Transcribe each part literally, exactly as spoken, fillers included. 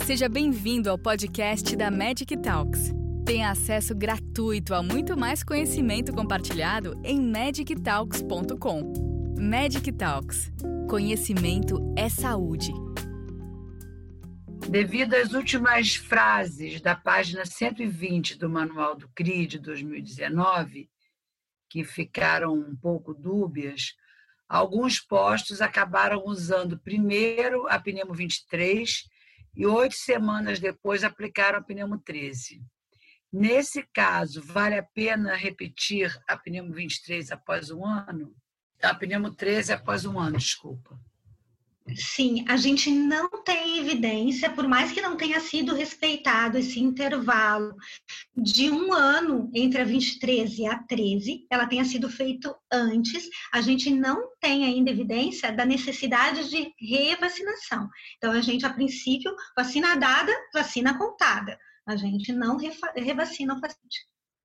Seja bem-vindo ao podcast da Magic Talks. Tenha acesso gratuito a muito mais conhecimento compartilhado em magic talks ponto com. Magic Talks. Conhecimento é saúde. Devido às últimas frases da página cento e vinte do Manual do C R I de dois mil e dezenove, que ficaram um pouco dúbias, alguns postos acabaram usando primeiro a pneumo vinte e três e oito semanas depois aplicaram a pneumo treze. Nesse caso, vale a pena repetir a pneumo vinte e três após um ano? A pneumo treze após um ano, desculpa. Sim, a gente não tem evidência, por mais que não tenha sido respeitado esse intervalo de um ano entre a vinte e três e a treze, ela tenha sido feito antes, a gente não tem ainda evidência da necessidade de revacinação. Então, a gente, a princípio, vacina dada, vacina contada. A gente não revacina o paciente.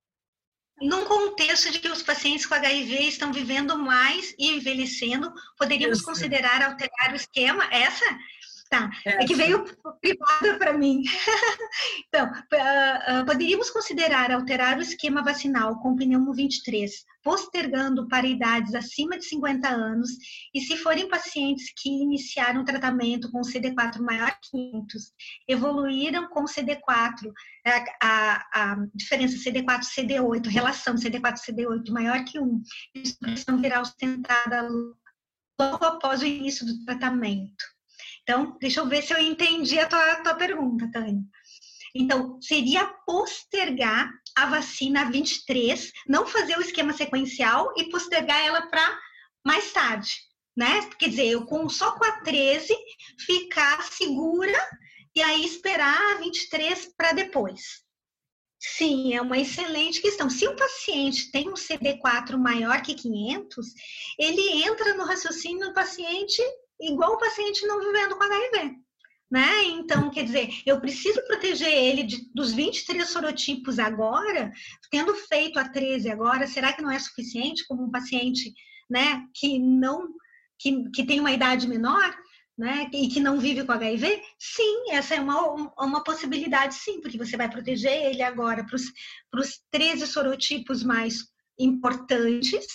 Num contexto de que os pacientes com H I V estão vivendo mais e envelhecendo, poderíamos Isso. considerar alterar o esquema? Essa? Tá, Essa. É que veio privada para mim. Então, uh, uh, poderíamos considerar alterar o esquema vacinal com pneumo vinte e três, postergando para idades acima de cinquenta anos, e se forem pacientes que iniciaram tratamento com C D quatro maior que quinhentos, evoluíram com C D quatro, a, a, a diferença C D quatro C D oito, relação C D quatro C D oito maior que um, expressão viral sustentada logo após o início do tratamento. Então, deixa eu ver se eu entendi a tua, a tua pergunta, Tânia. Então, seria postergar a vacina vinte e três, não fazer o esquema sequencial e postergar ela para mais tarde, né? Quer dizer, eu com, só com a treze ficar segura e aí esperar a vinte e três para depois. Sim, é uma excelente questão. Se o paciente tem um C D quatro maior que quinhentos, ele entra no raciocínio do paciente igual o paciente não vivendo com H I V, né? Então, quer dizer, eu preciso proteger ele de, dos vinte e três sorotipos agora, tendo feito a treze agora, será que não é suficiente como um paciente, né, que não, que, que tem uma idade menor, né, e que não vive com H I V? Sim, essa é uma, uma possibilidade, sim, porque você vai proteger ele agora para os treze sorotipos mais importantes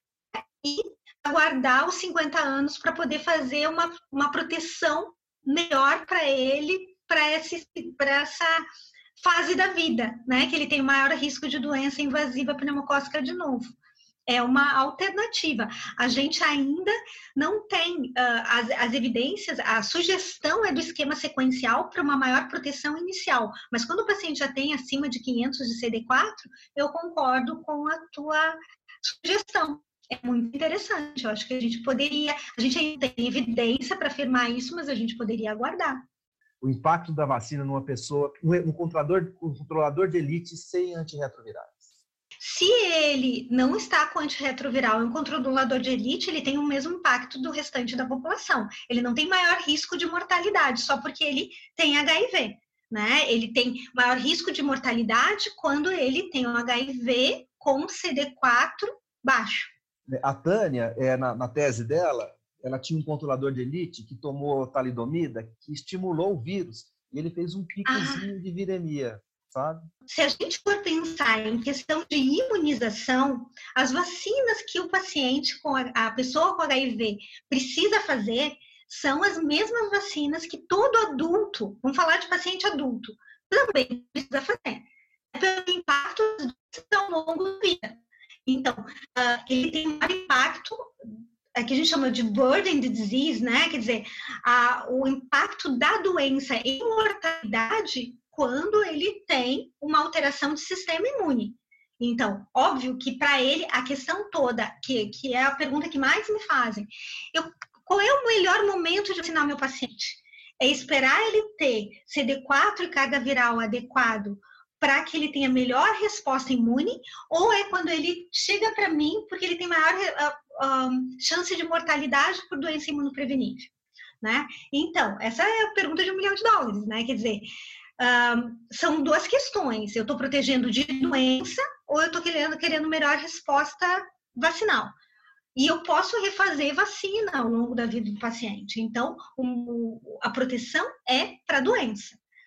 e aguardar os cinquenta anos para poder fazer uma, uma proteção melhor para ele, para essa fase da vida, né? Que ele tem maior risco de doença invasiva pneumocócica de novo. É uma alternativa. A gente ainda não tem uh, as, as evidências, a sugestão é do esquema sequencial para uma maior proteção inicial, mas quando o paciente já tem acima de quinhentos de C D quatro, eu concordo com a tua sugestão. É muito interessante, eu acho que a gente poderia, a gente ainda tem evidência para afirmar isso, mas a gente poderia aguardar. O impacto da vacina numa pessoa, um controlador, um controlador de elite sem antirretrovirais. Se ele não está com antirretroviral e um controlador de elite, ele tem o mesmo impacto do restante da população. Ele não tem maior risco de mortalidade, só porque ele tem H I V, né? Ele tem maior risco de mortalidade quando ele tem um H I V com C D quatro baixo. A Tânia, é, na, na tese dela, ela tinha um controlador de elite que tomou talidomida, que estimulou o vírus, e ele fez um picozinho ah. de viremia, sabe? Se a gente for pensar em questão de imunização, as vacinas que o paciente, com a, a pessoa com H I V, precisa fazer, são as mesmas vacinas que todo adulto, vamos falar de paciente adulto, também precisa fazer. É pelo impacto ao longo da vida. Então, uh, ele tem um impacto, uh, que a gente chama de burden de disease, né? Quer dizer, uh, o impacto da doença em mortalidade quando ele tem uma alteração de sistema imune. Então, óbvio que para ele, a questão toda, que, que é a pergunta que mais me fazem, eu, qual é o melhor momento de vacinar meu paciente? É esperar ele ter C D quatro e carga viral adequado para que ele tenha melhor resposta imune, ou é quando ele chega para mim porque ele tem maior uh, uh, chance de mortalidade por doença imunoprevenível, né? Então, essa é a pergunta de um milhão de dólares, né? Quer dizer, uh, são duas questões. Eu estou protegendo de doença ou eu estou querendo, querendo melhor resposta vacinal. E eu posso refazer vacina ao longo da vida do paciente. Então, um, a proteção é para a doença.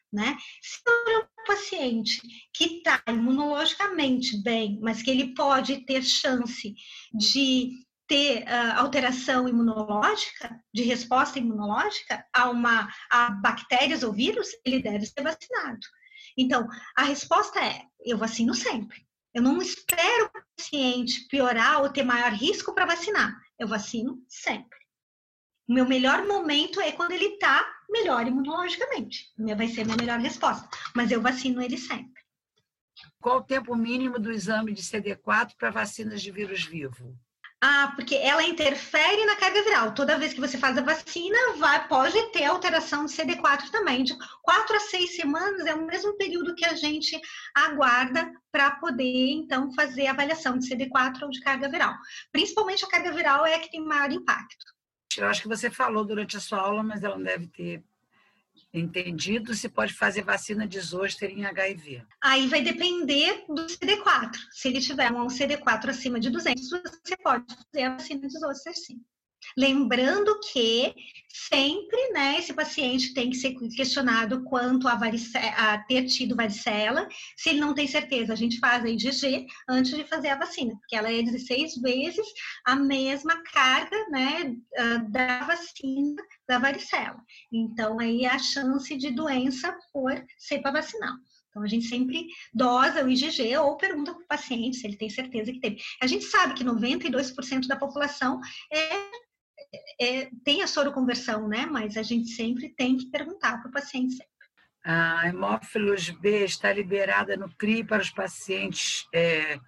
né? Se for um paciente que está imunologicamente bem, mas que ele pode ter chance de ter uh, alteração imunológica, de resposta imunológica a, uma, a bactérias ou vírus, ele deve ser vacinado. Então, a resposta é, eu vacino sempre. Eu não espero o paciente piorar ou ter maior risco para vacinar. Eu vacino sempre. O meu melhor momento é quando ele está melhor imunologicamente. Vai ser a minha melhor resposta. Mas eu vacino ele sempre. Qual o tempo mínimo do exame de C D quatro para vacinas de vírus vivo? Ah, porque ela interfere na carga viral. Toda vez que você faz a vacina, vai, pode ter alteração de C D quatro também. De quatro a seis semanas é o mesmo período que a gente aguarda para poder, então, fazer a avaliação de C D quatro ou de carga viral. Principalmente a carga viral é a que tem maior impacto. Eu acho que você falou durante a sua aula, mas ela não deve ter entendido se pode fazer vacina de zoster em H I V. Aí vai depender do C D quatro. Se ele tiver um C D quatro acima de duzentos, você pode fazer a vacina de zoster, sim. Lembrando que sempre, né, esse paciente tem que ser questionado quanto a, a ter tido varicela. Se ele não tem certeza, a gente faz a I G G antes de fazer a vacina, porque ela é dezesseis vezes a mesma carga, né, da vacina da varicela. Então, aí a chance de doença por cepa vacinal. Então, a gente sempre dosa o I G G ou pergunta para o paciente se ele tem certeza que teve. A gente sabe que noventa e dois por cento da população é É, tem a soroconversão, né? Mas a gente sempre tem que perguntar para o paciente sempre. A hemófilos B está liberada no C R I para os pacientes é,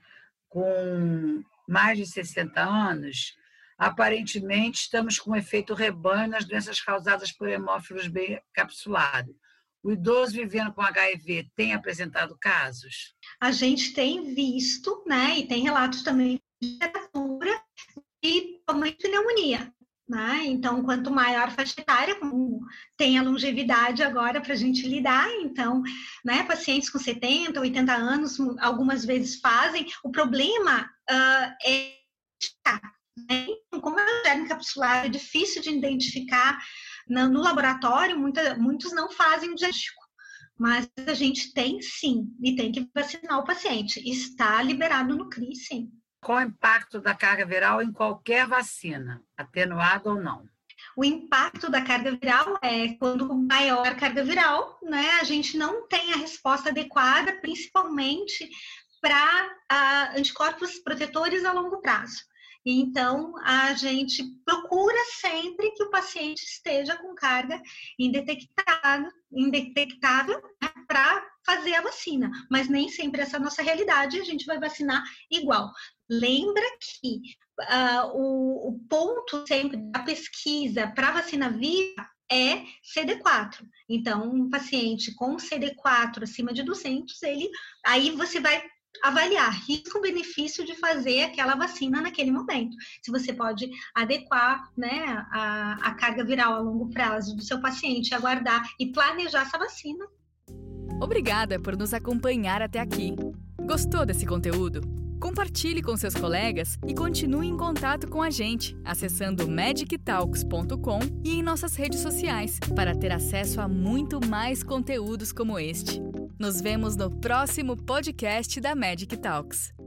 com mais de sessenta anos. Aparentemente, estamos com um efeito rebanho nas doenças causadas por hemófilos B capsulado. O idoso vivendo com H I V tem apresentado casos? A gente tem visto, né? E tem relatos também de literatura e também de pneumonia. Né? Então, quanto maior a faixa etária, tem a longevidade agora para a gente lidar. Então, né, pacientes com setenta, oitenta anos, algumas vezes fazem. O problema uh, é né? Como é um germe encapsulado, é difícil de identificar no, no laboratório, muita, muitos não fazem o diagnóstico. Mas a gente tem sim, e tem que vacinar o paciente. Está liberado no C R I, sim. Qual o impacto da carga viral em qualquer vacina, atenuada ou não? O impacto da carga viral é quando maior a carga viral, né, a gente não tem a resposta adequada, principalmente para uh, anticorpos protetores a longo prazo. Então, a gente procura sempre que o paciente esteja com carga indetectável, indetectável né, para fazer a vacina. Mas nem sempre essa é a nossa realidade, a gente vai vacinar igual. Lembra que uh, o, o ponto sempre da pesquisa para vacina viva é C D quatro. Então, um paciente com C D quatro acima de duzentos, ele, aí você vai avaliar risco-benefício de fazer aquela vacina naquele momento. Se você pode adequar né, a, a carga viral a longo prazo do seu paciente, aguardar e planejar essa vacina. Obrigada por nos acompanhar até aqui. Gostou desse conteúdo? Compartilhe com seus colegas e continue em contato com a gente, acessando medic talks ponto com e em nossas redes sociais, para ter acesso a muito mais conteúdos como este. Nos vemos no próximo podcast da Medic Talks.